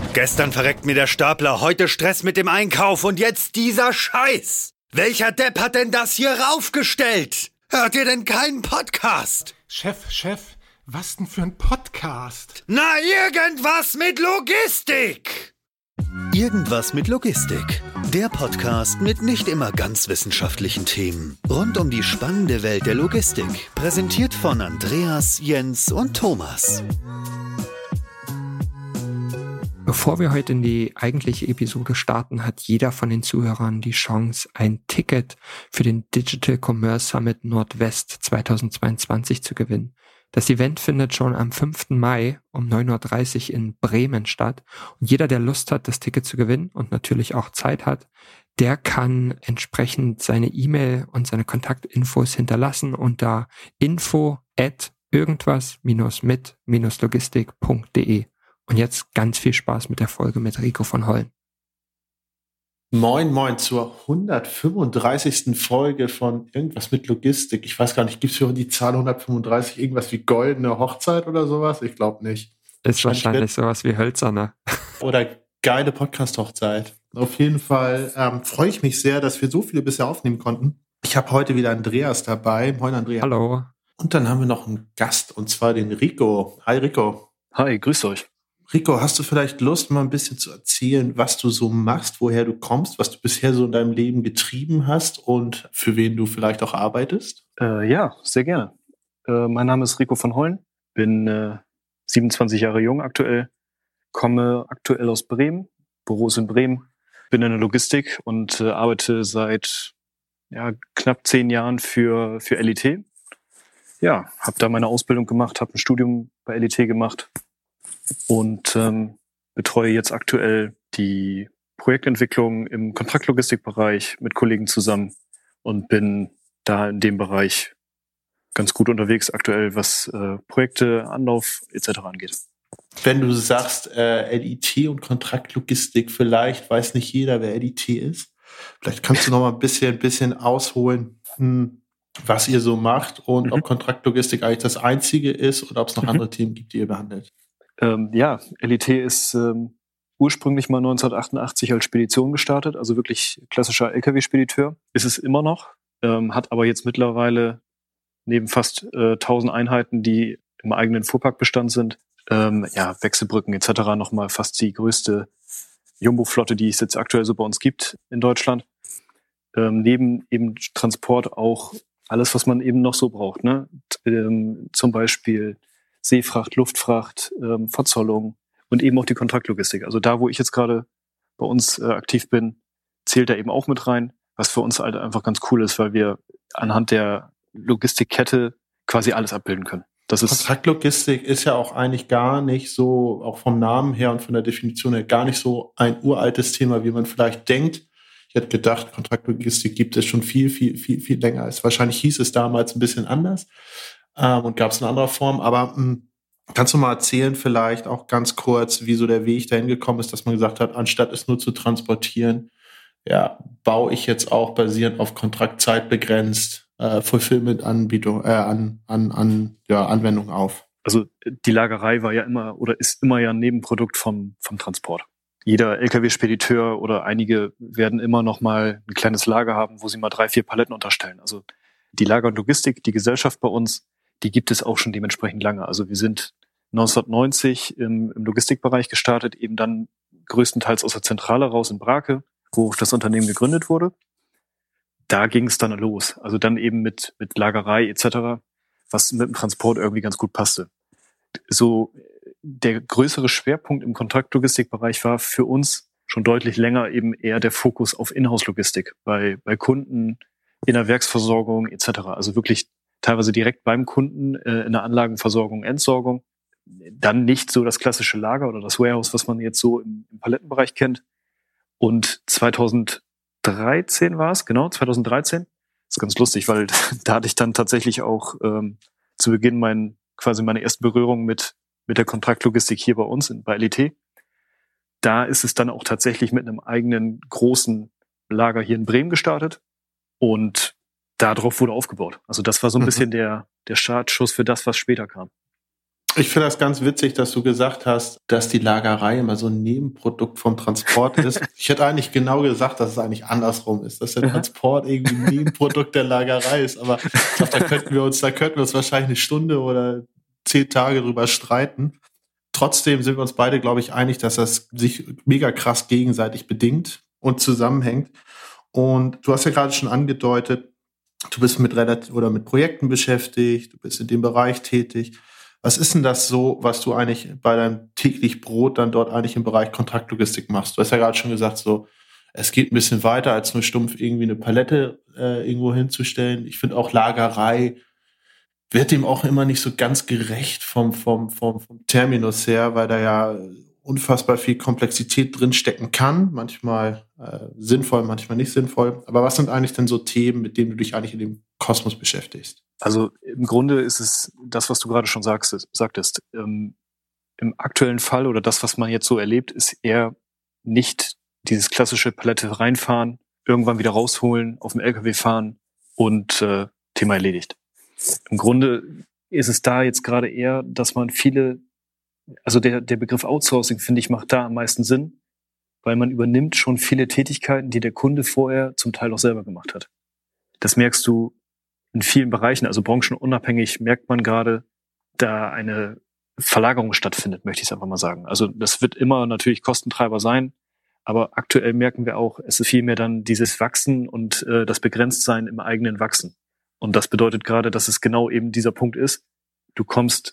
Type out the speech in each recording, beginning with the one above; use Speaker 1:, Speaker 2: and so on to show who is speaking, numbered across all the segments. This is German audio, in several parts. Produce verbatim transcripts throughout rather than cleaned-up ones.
Speaker 1: Gestern verreckt mir der Stapler, heute Stress mit dem Einkauf und jetzt dieser Scheiß. Welcher Depp hat denn das hier raufgestellt? Hört ihr denn keinen Podcast?
Speaker 2: Chef, Chef, was denn für ein Podcast?
Speaker 1: Na, irgendwas mit Logistik. Irgendwas mit Logistik. Der Podcast mit nicht immer ganz wissenschaftlichen Themen. Rund um die spannende Welt der Logistik. Präsentiert von Andreas, Jens und Thomas.
Speaker 3: Bevor wir heute in die eigentliche Episode starten, hat jeder von den Zuhörern die Chance, ein Ticket für den Digital Commerce Summit Nordwest zweitausendzweiundzwanzig zu gewinnen. Das Event findet schon am fünften Mai um neun Uhr dreißig in Bremen statt. Und jeder, der Lust hat, das Ticket zu gewinnen und natürlich auch Zeit hat, der kann entsprechend seine E-Mail und seine Kontaktinfos hinterlassen unter info at irgendwas mit logistik punkt de. Und jetzt ganz viel Spaß mit der Folge mit Rico von Hollen.
Speaker 4: Moin, moin zur hundertfünfunddreißigsten Folge von Irgendwas mit Logistik. Ich weiß gar nicht, gibt es für die Zahl hundertfünfunddreißig irgendwas wie goldene Hochzeit oder sowas? Ich glaube nicht.
Speaker 3: Ist wahrscheinlich sowas wie hölzerne.
Speaker 4: Oder geile Podcast-Hochzeit. Auf jeden Fall ähm, freue ich mich sehr, dass wir so viele bisher aufnehmen konnten. Ich habe heute wieder Andreas dabei. Moin, Andreas.
Speaker 3: Hallo.
Speaker 4: Und dann haben wir noch einen Gast, und zwar den Rico. Hi, Rico.
Speaker 5: Hi, grüß euch.
Speaker 4: Rico, hast du vielleicht Lust, mal ein bisschen zu erzählen, was du so machst, woher du kommst, was du bisher so in deinem Leben getrieben hast und für wen du vielleicht auch arbeitest?
Speaker 5: Äh, ja, sehr gerne. Äh, mein Name ist Rico von Hollen, bin äh, siebenundzwanzig Jahre jung aktuell, komme aktuell aus Bremen, Büros in Bremen, bin in der Logistik und äh, arbeite seit ja, knapp zehn Jahren für, für L I T. Ja, habe da meine Ausbildung gemacht, habe ein Studium bei L I T gemacht. Und ähm, betreue jetzt aktuell die Projektentwicklung im Kontraktlogistikbereich mit Kollegen zusammen und bin da in dem Bereich ganz gut unterwegs aktuell, was äh, Projekte, Anlauf et cetera angeht.
Speaker 4: Wenn du sagst äh, L I T und Kontraktlogistik, vielleicht weiß nicht jeder, wer L I T ist. Vielleicht kannst du noch mal ein bisschen, ein bisschen ausholen, hm, was ihr so macht und mhm. ob Kontraktlogistik eigentlich das Einzige ist oder ob es noch mhm. andere Themen gibt, die ihr behandelt.
Speaker 5: Ähm, ja, L I T ist ähm, ursprünglich mal neunzehnhundertachtundachtzig als Spedition gestartet, also wirklich klassischer L K W-Spediteur. Ist es immer noch, ähm, hat aber jetzt mittlerweile neben fast äh, tausend Einheiten, die im eigenen Fuhrparkbestand sind, ähm, ja, Wechselbrücken et cetera nochmal fast die größte Jumbo-Flotte, die es jetzt aktuell so bei uns gibt in Deutschland. Ähm, neben eben Transport auch alles, was man eben noch so braucht, ne? Ähm, zum Beispiel Seefracht, Luftfracht, ähm, Verzollung und eben auch die Kontraktlogistik. Also da, wo ich jetzt gerade bei uns äh, aktiv bin, zählt da eben auch mit rein, was für uns halt einfach ganz cool ist, weil wir anhand der Logistikkette quasi alles abbilden können. Das ist
Speaker 4: Kontraktlogistik ist ja auch eigentlich gar nicht so, auch vom Namen her und von der Definition her, gar nicht so ein uraltes Thema, wie man vielleicht denkt. Ich hätte gedacht, Kontraktlogistik gibt es schon viel, viel, viel, viel länger. Als wahrscheinlich hieß es damals ein bisschen anders. Und gab es in anderer Form, aber mh, kannst du mal erzählen vielleicht auch ganz kurz, wie so der Weg dahin gekommen ist, dass man gesagt hat, anstatt es nur zu transportieren, ja, baue ich jetzt auch basierend auf Kontraktzeit begrenzt äh, Fulfillment-Anbietung, äh, an, an, an ja, Anwendung auf.
Speaker 5: Also die Lagerei war ja immer oder ist immer ja ein Nebenprodukt vom, vom Transport. Jeder L K W-Spediteur oder einige werden immer noch mal ein kleines Lager haben, wo sie mal drei, vier Paletten unterstellen. Also die Lager- und Logistik, die Gesellschaft bei uns, die gibt es auch schon dementsprechend lange. Also wir sind neunzehnhundertneunzig im, im Logistikbereich gestartet, eben dann größtenteils aus der Zentrale raus in Brake, wo das Unternehmen gegründet wurde. Da ging es dann los. Also dann eben mit, mit Lagerei et cetera, was mit dem Transport irgendwie ganz gut passte. So der größere Schwerpunkt im Kontraktlogistikbereich war für uns schon deutlich länger eben eher der Fokus auf Inhouse-Logistik bei, bei Kunden, in der Werksversorgung et cetera. Also wirklich teilweise direkt beim Kunden äh, in der Anlagenversorgung, Entsorgung. Dann nicht so das klassische Lager oder das Warehouse, was man jetzt so im, im Palettenbereich kennt. Und zweitausenddreizehn war es, genau, zweitausenddreizehn. Das ist ganz lustig, weil da hatte ich dann tatsächlich auch ähm, zu Beginn mein, quasi meine erste Berührung mit, mit der Kontraktlogistik hier bei uns in, bei L I T. Da ist es dann auch tatsächlich mit einem eigenen großen Lager hier in Bremen gestartet. Und darauf wurde aufgebaut. Also das war so ein mhm. bisschen der, der Startschuss für das, was später kam.
Speaker 4: Ich finde das ganz witzig, dass du gesagt hast, dass die Lagerei immer so ein Nebenprodukt vom Transport ist. Ich hätte eigentlich genau gesagt, dass es eigentlich andersrum ist, dass der Transport irgendwie ein Nebenprodukt der Lagerei ist. Aber ich glaube, da könnten wir uns, da könnten wir uns wahrscheinlich eine Stunde oder zehn Tage drüber streiten. Trotzdem sind wir uns beide, glaube ich, einig, dass das sich mega krass gegenseitig bedingt und zusammenhängt. Und du hast ja gerade schon angedeutet, du bist mit relativ oder mit Projekten beschäftigt, du bist in dem Bereich tätig. Was ist denn das so, was du eigentlich bei deinem täglich Brot dann dort eigentlich im Bereich Kontraktlogistik machst? Du hast ja gerade schon gesagt, so es geht ein bisschen weiter, als nur stumpf irgendwie eine Palette äh, irgendwo hinzustellen. Ich finde auch Lagerei wird dem auch immer nicht so ganz gerecht vom, vom, vom, vom Terminus her, weil da ja unfassbar viel Komplexität drinstecken kann. Manchmal äh, sinnvoll, manchmal nicht sinnvoll. Aber was sind eigentlich denn so Themen, mit denen du dich eigentlich in dem Kosmos beschäftigst?
Speaker 5: Also im Grunde ist es das, was du gerade schon sagst, sagtest. Ähm, im aktuellen Fall oder das, was man jetzt so erlebt, ist eher nicht dieses klassische Palette reinfahren, irgendwann wieder rausholen, auf dem L K W fahren und äh, Thema erledigt. Im Grunde ist es da jetzt gerade eher, dass man viele, also der, der Begriff Outsourcing, finde ich, macht da am meisten Sinn, weil man übernimmt schon viele Tätigkeiten, die der Kunde vorher zum Teil auch selber gemacht hat. Das merkst du in vielen Bereichen, also branchenunabhängig, merkt man gerade, da eine Verlagerung stattfindet, möchte ich es einfach mal sagen. Also das wird immer natürlich Kostentreiber sein, aber aktuell merken wir auch, es ist vielmehr dann dieses Wachsen und äh, das Begrenztsein im eigenen Wachsen. Und das bedeutet gerade, dass es genau eben dieser Punkt ist. Du kommst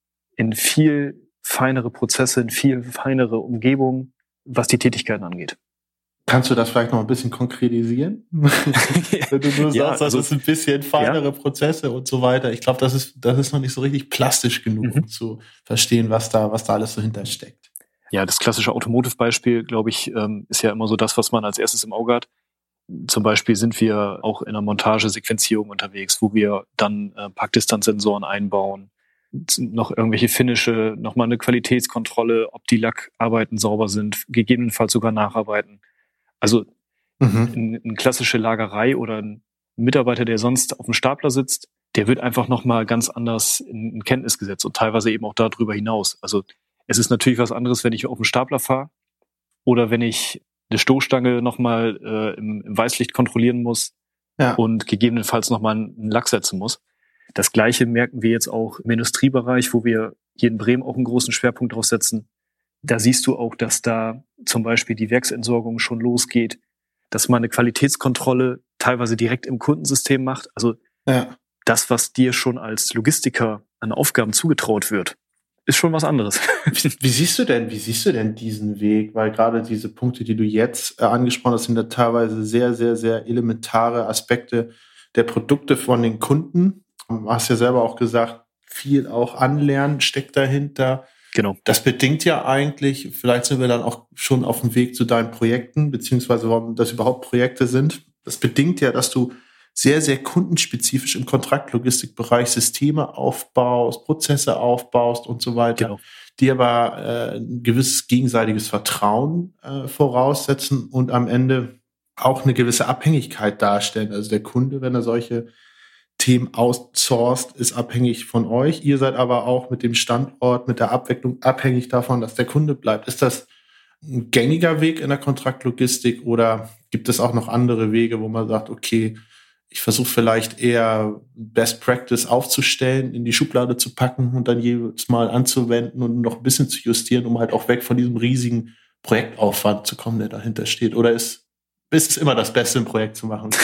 Speaker 5: in viel feinere Prozesse, in viel feinere Umgebungen, was die Tätigkeiten angeht.
Speaker 4: Kannst du das vielleicht noch ein bisschen konkretisieren? Wenn du nur
Speaker 5: Ja,
Speaker 4: sagst,
Speaker 5: also,
Speaker 4: das ist ein bisschen feinere
Speaker 5: ja.
Speaker 4: Prozesse und so weiter. Ich glaube, das ist, das ist noch nicht so richtig plastisch genug, mhm. um zu verstehen, was da, was da alles so hintersteckt.
Speaker 5: Ja, das klassische Automotive-Beispiel, glaube ich, ist ja immer so das, was man als erstes im Auge hat. Zum Beispiel sind wir auch in einer Montagesequenzierung unterwegs, wo wir dann äh, Packdistanzsensoren einbauen, noch irgendwelche Finische, nochmal eine Qualitätskontrolle, ob die Lackarbeiten sauber sind, gegebenenfalls sogar nacharbeiten. Also mhm. eine, eine klassische Lagerei oder ein Mitarbeiter, der sonst auf dem Stapler sitzt, der wird einfach nochmal ganz anders in, in Kenntnis gesetzt und teilweise eben auch darüber hinaus. Also es ist natürlich was anderes, wenn ich auf dem Stapler fahre oder wenn ich eine Stoßstange nochmal äh, im, im Weißlicht kontrollieren muss ja. und gegebenenfalls nochmal einen Lack setzen muss. Das Gleiche merken wir jetzt auch im Industriebereich, wo wir hier in Bremen auch einen großen Schwerpunkt drauf setzen. Da siehst du auch, dass da zum Beispiel die Werksentsorgung schon losgeht, dass man eine Qualitätskontrolle teilweise direkt im Kundensystem macht. Also ja. das, was dir schon als Logistiker an Aufgaben zugetraut wird, ist schon was anderes.
Speaker 4: Wie, wie siehst du denn, wie siehst du denn diesen Weg? Weil gerade diese Punkte, die du jetzt äh, angesprochen hast, sind ja teilweise sehr, sehr, sehr elementare Aspekte der Produkte von den Kunden. Du hast ja selber auch gesagt, viel auch Anlernen steckt dahinter.
Speaker 5: Genau.
Speaker 4: Das bedingt ja eigentlich, vielleicht sind wir dann auch schon auf dem Weg zu deinen Projekten, beziehungsweise warum das überhaupt Projekte sind. Das bedingt ja, dass du sehr, sehr kundenspezifisch im Kontraktlogistikbereich Systeme aufbaust, Prozesse aufbaust und so weiter, genau. die aber äh, ein gewisses gegenseitiges Vertrauen äh, voraussetzen und am Ende auch eine gewisse Abhängigkeit darstellen. Also der Kunde, wenn er solche Themen outsourced, ist abhängig von euch. Ihr seid aber auch mit dem Standort, mit der Abwicklung abhängig davon, dass der Kunde bleibt. Ist das ein gängiger Weg in der Kontraktlogistik oder gibt es auch noch andere Wege, wo man sagt, okay, ich versuche vielleicht eher Best Practice aufzustellen, in die Schublade zu packen und dann jedes Mal anzuwenden und noch ein bisschen zu justieren, um halt auch weg von diesem riesigen Projektaufwand zu kommen, der dahinter steht? Oder ist, ist es immer das Beste, ein Projekt zu machen?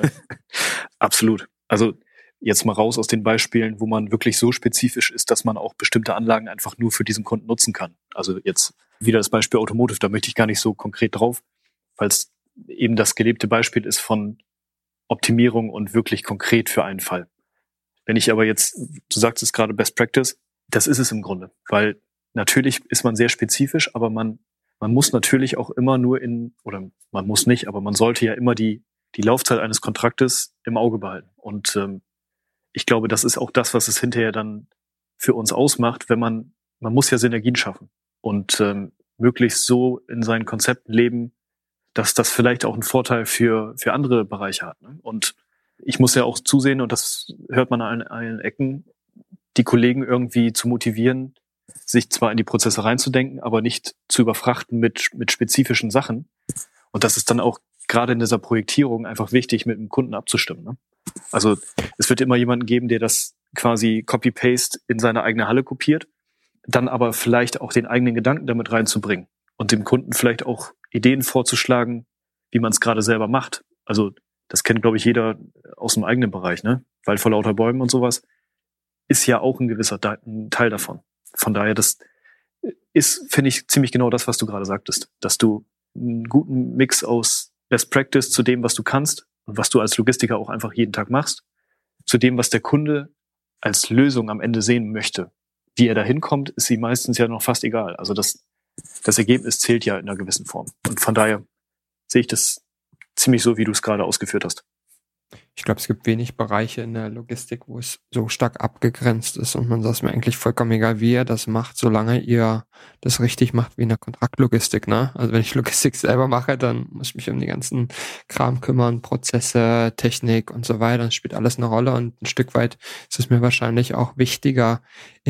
Speaker 5: Absolut. Also jetzt mal raus aus den Beispielen, wo man wirklich so spezifisch ist, dass man auch bestimmte Anlagen einfach nur für diesen Kunden nutzen kann. Also jetzt wieder das Beispiel Automotive, da möchte ich gar nicht so konkret drauf, weil es eben das gelebte Beispiel ist von Optimierung und wirklich konkret für einen Fall. Wenn ich aber jetzt, du sagst es gerade Best Practice, das ist es im Grunde, weil natürlich ist man sehr spezifisch, aber man man muss natürlich auch immer nur in, oder man muss nicht, aber man sollte ja immer die die Laufzeit eines Kontraktes im Auge behalten. Und ähm, ich glaube, das ist auch das, was es hinterher dann für uns ausmacht, wenn man, man muss ja Synergien schaffen und ähm, möglichst so in seinen Konzepten leben, dass das vielleicht auch einen Vorteil für für andere Bereiche hat. Ne? Und ich muss ja auch zusehen, und das hört man an allen Ecken, die Kollegen irgendwie zu motivieren, sich zwar in die Prozesse reinzudenken, aber nicht zu überfrachten mit, mit spezifischen Sachen. Und das ist dann auch gerade in dieser Projektierung einfach wichtig, mit dem Kunden abzustimmen. Ne? Also es wird immer jemanden geben, der das quasi Copy-Paste in seine eigene Halle kopiert, dann aber vielleicht auch den eigenen Gedanken damit reinzubringen und dem Kunden vielleicht auch Ideen vorzuschlagen, wie man es gerade selber macht. Also das kennt, glaube ich, jeder aus dem eigenen Bereich, ne? Wald vor lauter Bäumen und sowas ist ja auch ein gewisser ein Teil davon. Von daher, das ist, finde ich, ziemlich genau das, was du gerade sagtest, dass du einen guten Mix aus Best Practice zu dem, was du kannst und was du als Logistiker auch einfach jeden Tag machst, zu dem, was der Kunde als Lösung am Ende sehen möchte. Wie er da hinkommt, ist ihm meistens ja noch fast egal. Also das, das Ergebnis zählt ja in einer gewissen Form. Und von daher sehe ich das ziemlich so, wie du es gerade ausgeführt hast.
Speaker 3: Ich glaube, es gibt wenig Bereiche in der Logistik, wo es so stark abgegrenzt ist und man sagt es mir eigentlich vollkommen egal, wie ihr das macht, solange ihr das richtig macht wie in der Kontraktlogistik, ne? Also wenn ich Logistik selber mache, dann muss ich mich um die ganzen Kram kümmern, Prozesse, Technik und so weiter. Das spielt alles eine Rolle und ein Stück weit ist es mir wahrscheinlich auch wichtiger,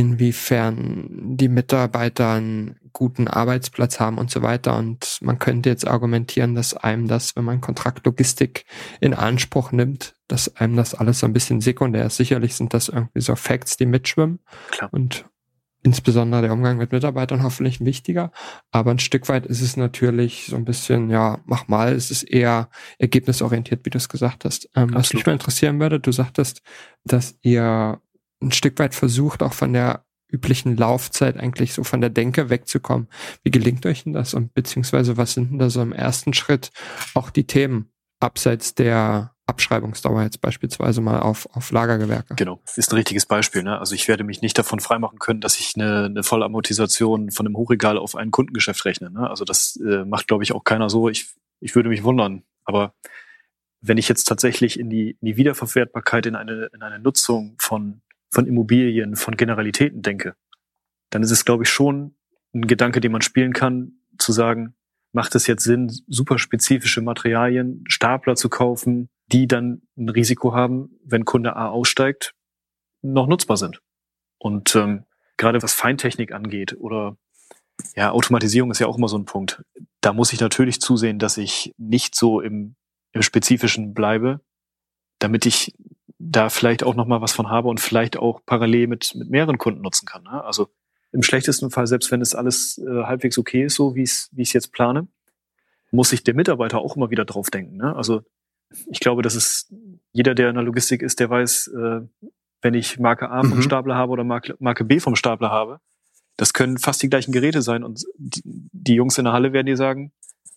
Speaker 3: inwiefern die Mitarbeiter einen guten Arbeitsplatz haben und so weiter. Und man könnte jetzt argumentieren, dass einem das, wenn man Kontraktlogistik in Anspruch nimmt, dass einem das alles so ein bisschen sekundär ist. Sicherlich sind das irgendwie so Facts, die mitschwimmen.
Speaker 5: Klar.
Speaker 3: Und insbesondere der Umgang mit Mitarbeitern hoffentlich wichtiger. Aber ein Stück weit ist es natürlich so ein bisschen, ja, mach mal, es ist eher ergebnisorientiert, wie du es gesagt hast. Ähm, was mich mal interessieren würde, du sagtest, dass ihr ein Stück weit versucht, auch von der üblichen Laufzeit eigentlich so von der Denke wegzukommen. Wie gelingt euch denn das? Und beziehungsweise was sind denn da so im ersten Schritt auch die Themen abseits der Abschreibungsdauer jetzt beispielsweise mal auf, auf Lagergewerke?
Speaker 5: Genau, ist ein richtiges Beispiel. Ne? Also ich werde mich nicht davon freimachen können, dass ich eine, eine Vollamortisation von einem Hochregal auf ein Kundengeschäft rechne. Ne? Also das äh, macht, glaube ich, auch keiner so. Ich, ich würde mich wundern. Aber wenn ich jetzt tatsächlich in die, in die Wiederverwertbarkeit, in eine, in eine Nutzung von von Immobilien, von Generalitäten denke, dann ist es, glaube ich, schon ein Gedanke, den man spielen kann, zu sagen, macht es jetzt Sinn, super spezifische Materialien, Stapler zu kaufen, die dann ein Risiko haben, wenn Kunde A aussteigt, noch nutzbar sind. Und ähm, gerade was Feintechnik angeht oder ja, Automatisierung ist ja auch immer so ein Punkt. Da muss ich natürlich zusehen, dass ich nicht so im, im Spezifischen bleibe, damit ich da vielleicht auch noch mal was von habe und vielleicht auch parallel mit mit mehreren Kunden nutzen kann. Ne? Also im schlechtesten Fall, selbst wenn es alles äh, halbwegs okay ist, so wie es wie ich es jetzt plane, muss sich der Mitarbeiter auch immer wieder drauf denken. Ne? Also ich glaube, dass es jeder, der in der Logistik ist, der weiß, äh, wenn ich Marke A vom mhm. Stapler habe oder Marke, Marke B vom Stapler habe, das können fast die gleichen Geräte sein und die, die Jungs in der Halle werden dir sagen,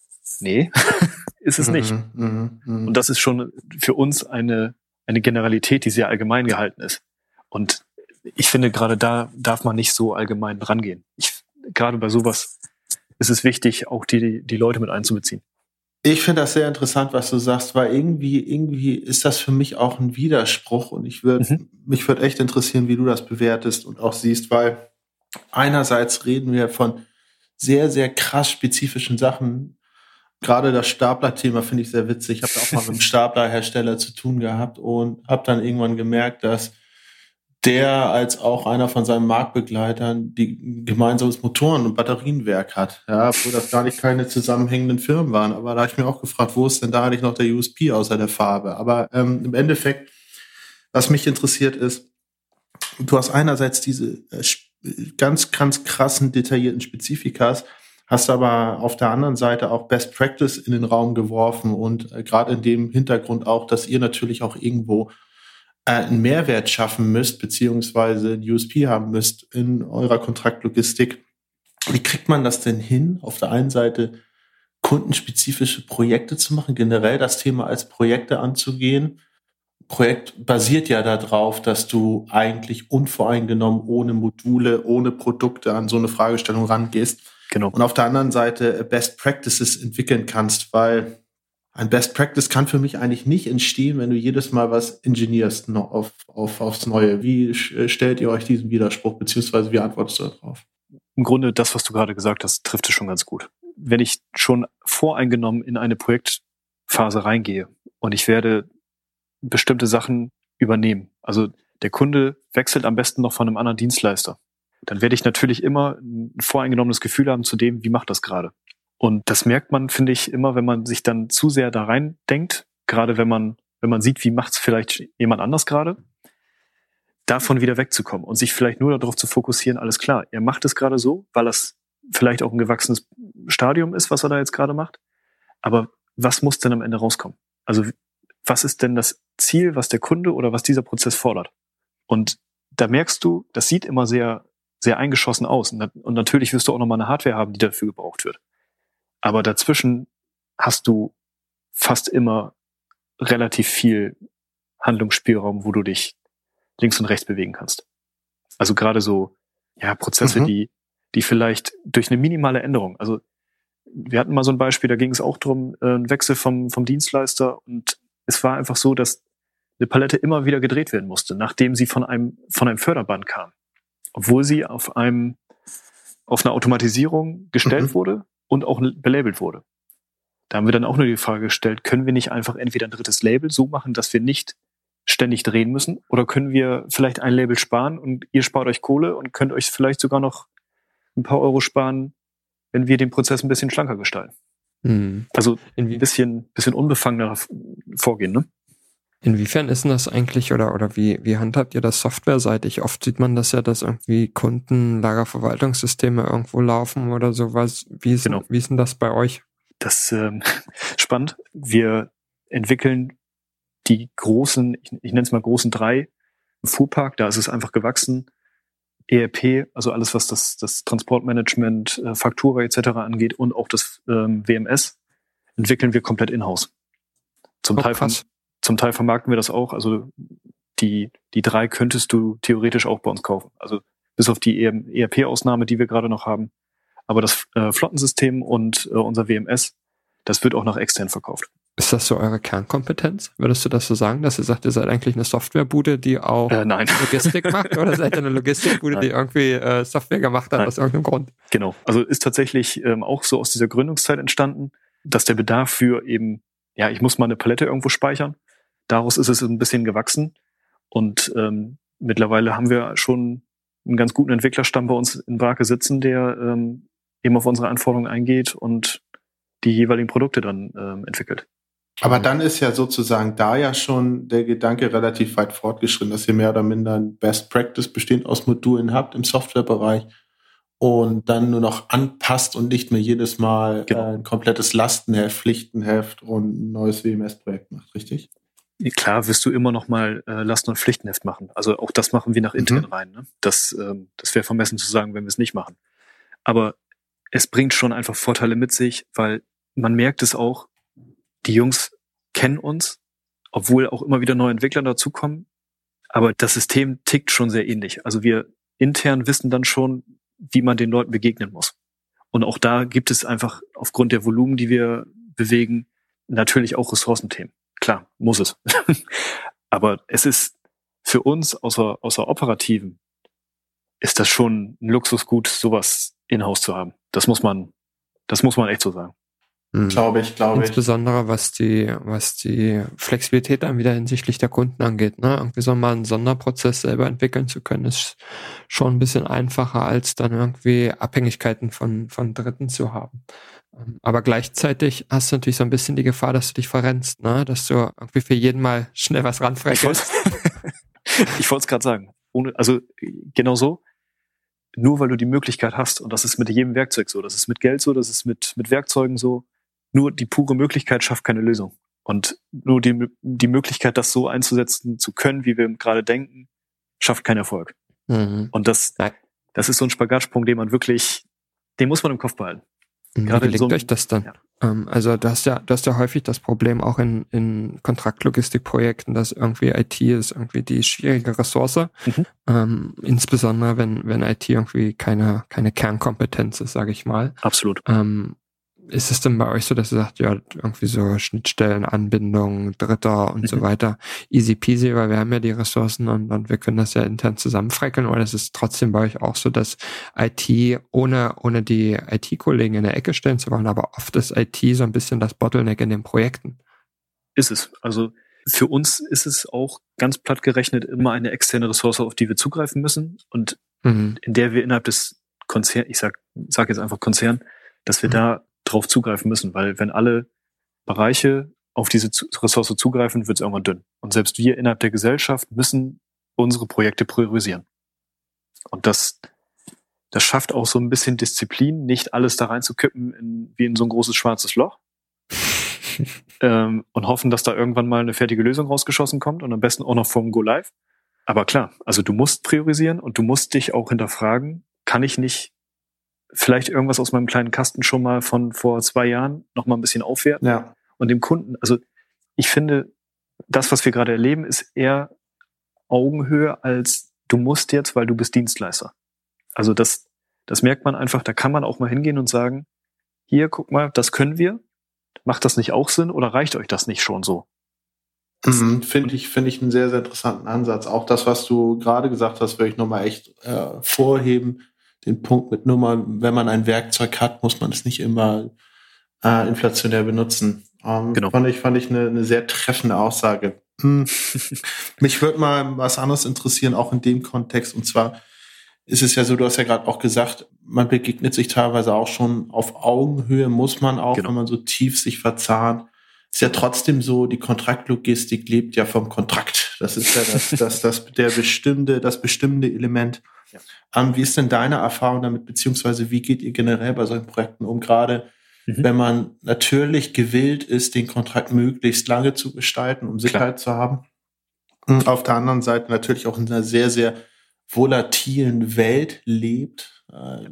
Speaker 5: nee, ist es nicht.
Speaker 4: Mhm, mh, mh.
Speaker 5: Und das ist schon für uns eine eine Generalität, die sehr allgemein gehalten ist. Und ich finde, gerade da darf man nicht so allgemein rangehen. Ich, gerade bei sowas ist es wichtig, auch die, die Leute mit einzubeziehen.
Speaker 4: Ich finde das sehr interessant, was du sagst, weil irgendwie, irgendwie ist das für mich auch ein Widerspruch und ich würde, mhm. mich würde echt interessieren, wie du das bewertest und auch siehst, weil einerseits reden wir von sehr, sehr krass spezifischen Sachen. Gerade das Stapler-Thema finde ich sehr witzig. Ich habe da auch mal mit einem Staplerhersteller zu tun gehabt und habe dann irgendwann gemerkt, dass der als auch einer von seinen Marktbegleitern die gemeinsames Motoren- und Batterienwerk hat. Ja, obwohl das gar nicht keine zusammenhängenden Firmen waren. Aber da habe ich mir auch gefragt, wo ist denn da eigentlich noch der U S P außer der Farbe? Aber ähm, im Endeffekt, was mich interessiert ist, du hast einerseits diese äh, ganz, ganz krassen, detaillierten Spezifikas, hast aber auf der anderen Seite auch Best Practice in den Raum geworfen und äh, gerade in dem Hintergrund auch, dass ihr natürlich auch irgendwo äh, einen Mehrwert schaffen müsst, beziehungsweise ein U S P haben müsst in eurer Kontraktlogistik. Wie kriegt man das denn hin, auf der einen Seite kundenspezifische Projekte zu machen, generell das Thema als Projekte anzugehen? Projekt basiert ja darauf, dass du eigentlich unvoreingenommen, ohne Module, ohne Produkte an so eine Fragestellung rangehst.
Speaker 5: Genau.
Speaker 4: Und auf der anderen Seite Best Practices entwickeln kannst, weil ein Best Practice kann für mich eigentlich nicht entstehen, wenn du jedes Mal was engineerst noch auf, auf, aufs Neue. Wie stellt ihr euch diesen Widerspruch, beziehungsweise wie antwortest du darauf?
Speaker 5: Im Grunde, das, was du gerade gesagt hast, trifft es schon ganz gut. Wenn ich schon voreingenommen in eine Projektphase reingehe und ich werde bestimmte Sachen übernehmen, also der Kunde wechselt am besten noch von einem anderen Dienstleister. Dann werde ich natürlich immer ein voreingenommenes Gefühl haben zu dem, wie macht das gerade. Und das merkt man, finde ich, immer, wenn man sich dann zu sehr da rein denkt, gerade wenn man, wenn man sieht, wie macht es vielleicht jemand anders gerade, davon wieder wegzukommen und sich vielleicht nur darauf zu fokussieren, alles klar, er macht es gerade so, weil das vielleicht auch ein gewachsenes Stadium ist, was er da jetzt gerade macht. Aber was muss denn am Ende rauskommen? Also was ist denn das Ziel, was der Kunde oder was dieser Prozess fordert? Und da merkst du, das sieht immer sehr, sehr eingeschossen aus. Und natürlich wirst du auch nochmal eine Hardware haben, die dafür gebraucht wird. Aber dazwischen hast du fast immer relativ viel Handlungsspielraum, wo du dich links und rechts bewegen kannst. Also gerade so, ja, Prozesse, mhm. die, die vielleicht durch eine minimale Änderung, also wir hatten mal so ein Beispiel, da ging es auch drum, äh, ein Wechsel vom, vom Dienstleister und es war einfach so, dass eine Palette immer wieder gedreht werden musste, nachdem sie von einem, von einem Förderband kam. Obwohl sie auf einem, auf eine Automatisierung gestellt mhm. wurde und auch belabelt wurde. Da haben wir dann auch nur die Frage gestellt, können wir nicht einfach entweder ein drittes Label so machen, dass wir nicht ständig drehen müssen, oder können wir vielleicht ein Label sparen und ihr spart euch Kohle und könnt euch vielleicht sogar noch ein paar Euro sparen, wenn wir den Prozess ein bisschen schlanker gestalten. Mhm. Also ein bisschen, bisschen unbefangener vorgehen, ne?
Speaker 3: Inwiefern ist denn das eigentlich, oder, oder wie, wie handhabt ihr das softwareseitig? Oft sieht man das ja, dass irgendwie Kunden Lagerverwaltungssysteme irgendwo laufen oder sowas. Wie ist, genau. wie ist denn das bei euch?
Speaker 5: Das ist ähm, spannend. Wir entwickeln die großen, ich, ich nenne es mal großen drei, im Fuhrpark, da ist es einfach gewachsen. E R P, also alles, was das, das Transportmanagement, äh, Faktura et cetera angeht und auch das ähm, W M S, entwickeln wir komplett in-house. Zum
Speaker 3: oh,
Speaker 5: Teil vom, Zum Teil vermarkten wir das auch. Also die, die drei könntest du theoretisch auch bei uns kaufen. Also bis auf die E R P-Ausnahme, die wir gerade noch haben. Aber das äh, Flottensystem und äh, unser W M S, das wird auch nach extern verkauft.
Speaker 3: Ist das so eure Kernkompetenz? Würdest du das so sagen, dass ihr sagt, ihr seid eigentlich eine Softwarebude, die auch
Speaker 5: äh, nein.
Speaker 3: Logistik macht? Oder seid ihr eine Logistikbude, die irgendwie äh, Software gemacht hat nein. aus irgendeinem Grund?
Speaker 5: Genau. Also ist tatsächlich ähm, auch so aus dieser Gründungszeit entstanden, dass der Bedarf für eben, ja, ich muss mal eine Palette irgendwo speichern. Daraus ist es ein bisschen gewachsen. Und ähm, mittlerweile haben wir schon einen ganz guten Entwicklerstamm bei uns in Brake sitzen, der ähm, eben auf unsere Anforderungen eingeht und die jeweiligen Produkte dann ähm, entwickelt.
Speaker 4: Aber dann ist ja sozusagen da ja schon der Gedanke relativ weit fortgeschritten, dass ihr mehr oder minder ein Best Practice bestehend aus Modulen habt im Softwarebereich und dann nur noch anpasst und nicht mehr jedes Mal genau. äh, ein komplettes Lastenheft, Pflichtenheft und ein neues W M S-Projekt macht, richtig?
Speaker 5: Klar wirst du immer noch mal äh, Lasten- und Pflichtenheft machen. Also auch das machen wir nach intern mhm. rein. Ne? Das, ähm, das wäre vermessen zu sagen, wenn wir es nicht machen. Aber es bringt schon einfach Vorteile mit sich, weil man merkt es auch, die Jungs kennen uns, obwohl auch immer wieder neue Entwickler dazukommen. Aber das System tickt schon sehr ähnlich. Also wir intern wissen dann schon, wie man den Leuten begegnen muss. Und auch da gibt es einfach aufgrund der Volumen, die wir bewegen, natürlich auch Ressourcenthemen. Klar, muss es. Aber es ist für uns, außer, außer Operativen, ist das schon ein Luxusgut, sowas in-house zu haben. Das muss man, das muss man echt so sagen.
Speaker 4: Mhm. Glaube ich, glaube ich.
Speaker 3: Insbesondere was die, was die Flexibilität dann wieder hinsichtlich der Kunden angeht, ne? Irgendwie so mal einen Sonderprozess selber entwickeln zu können, ist schon ein bisschen einfacher, als dann irgendwie Abhängigkeiten von, von Dritten zu haben. Aber gleichzeitig hast du natürlich so ein bisschen die Gefahr, dass du dich verrennst, ne? Dass du irgendwie für jeden mal schnell was ranfreckelst.
Speaker 5: Ich wollte es gerade sagen. Ohne, also genau so. Nur weil du die Möglichkeit hast, und das ist mit jedem Werkzeug so, das ist mit Geld so, das ist mit, mit Werkzeugen so, nur die pure Möglichkeit schafft keine Lösung. Und nur die, die Möglichkeit, das so einzusetzen zu können, wie wir gerade denken, schafft keinen Erfolg. Mhm. Und das, das ist so ein Spagatsprung, den man wirklich, den muss man im Kopf behalten.
Speaker 3: Wie gelingt so, euch das dann? Ja. Ähm, also du hast ja, du hast ja häufig das Problem auch in, in Kontraktlogistikprojekten, dass irgendwie I T ist irgendwie die schwierige Ressource, mhm. ähm, insbesondere wenn, wenn I T irgendwie keine, keine Kernkompetenz ist, sage ich mal.
Speaker 5: Absolut.
Speaker 3: Ähm, ist es denn bei euch so, dass ihr sagt, ja, irgendwie so Schnittstellen, Anbindungen, Dritter und mhm. so weiter, easy peasy, weil wir haben ja die Ressourcen und, und wir können das ja intern zusammenfreckeln, oder ist es trotzdem bei euch auch so, dass I T, ohne, ohne die I T-Kollegen in der Ecke stellen zu wollen, aber oft ist I T so ein bisschen das Bottleneck in den Projekten?
Speaker 5: Ist es. Also Für uns ist es auch ganz platt gerechnet immer eine externe Ressource, auf die wir zugreifen müssen und mhm. in der wir innerhalb des Konzerns, ich sag, sag jetzt einfach Konzern, dass wir mhm. da drauf zugreifen müssen, weil wenn alle Bereiche auf diese Ressource zugreifen, wird es irgendwann dünn. Und selbst wir innerhalb der Gesellschaft müssen unsere Projekte priorisieren. Und das, das schafft auch so ein bisschen Disziplin, nicht alles da reinzukippen in, wie in so ein großes schwarzes Loch. ähm, und hoffen, dass da irgendwann mal eine fertige Lösung rausgeschossen kommt und am besten auch noch vom Go Live. Aber klar, also du musst priorisieren und du musst dich auch hinterfragen, kann ich nicht vielleicht irgendwas aus meinem kleinen Kasten schon mal von vor zwei Jahren noch mal ein bisschen aufwerten?
Speaker 4: Ja.
Speaker 5: Und dem Kunden, also ich finde, das, was wir gerade erleben, ist eher Augenhöhe als du musst jetzt, weil du bist Dienstleister. Also das, das merkt man einfach, da kann man auch mal hingehen und sagen, hier, guck mal, das können wir. Macht das nicht auch Sinn oder reicht euch das nicht schon so?
Speaker 4: Mhm, finde ich, finde ich einen sehr, sehr interessanten Ansatz. Auch das, was du gerade gesagt hast, würde ich nochmal echt äh, vorheben. Den Punkt mit Nummer, wenn man ein Werkzeug hat, muss man es nicht immer äh, inflationär benutzen. Ähm,
Speaker 5: genau.
Speaker 4: Fand ich, fand ich eine, eine sehr treffende Aussage. Hm. Mich würde mal was anderes interessieren, auch in dem Kontext. Und zwar ist es ja so, du hast ja gerade auch gesagt, man begegnet sich teilweise auch schon auf Augenhöhe, muss man auch, genau. wenn man so tief sich verzahnt. Ist ja trotzdem so, die Kontraktlogistik lebt ja vom Kontrakt. Das ist ja das, das, das, der bestimmte, das bestimmende Element. Ja. Um, wie ist denn deine Erfahrung damit, beziehungsweise wie geht ihr generell bei solchen Projekten um, gerade mhm. wenn man natürlich gewillt ist, den Kontrakt möglichst lange zu gestalten, um Sicherheit Klar. zu haben. Und auf der anderen Seite natürlich auch in einer sehr, sehr volatilen Welt lebt, äh,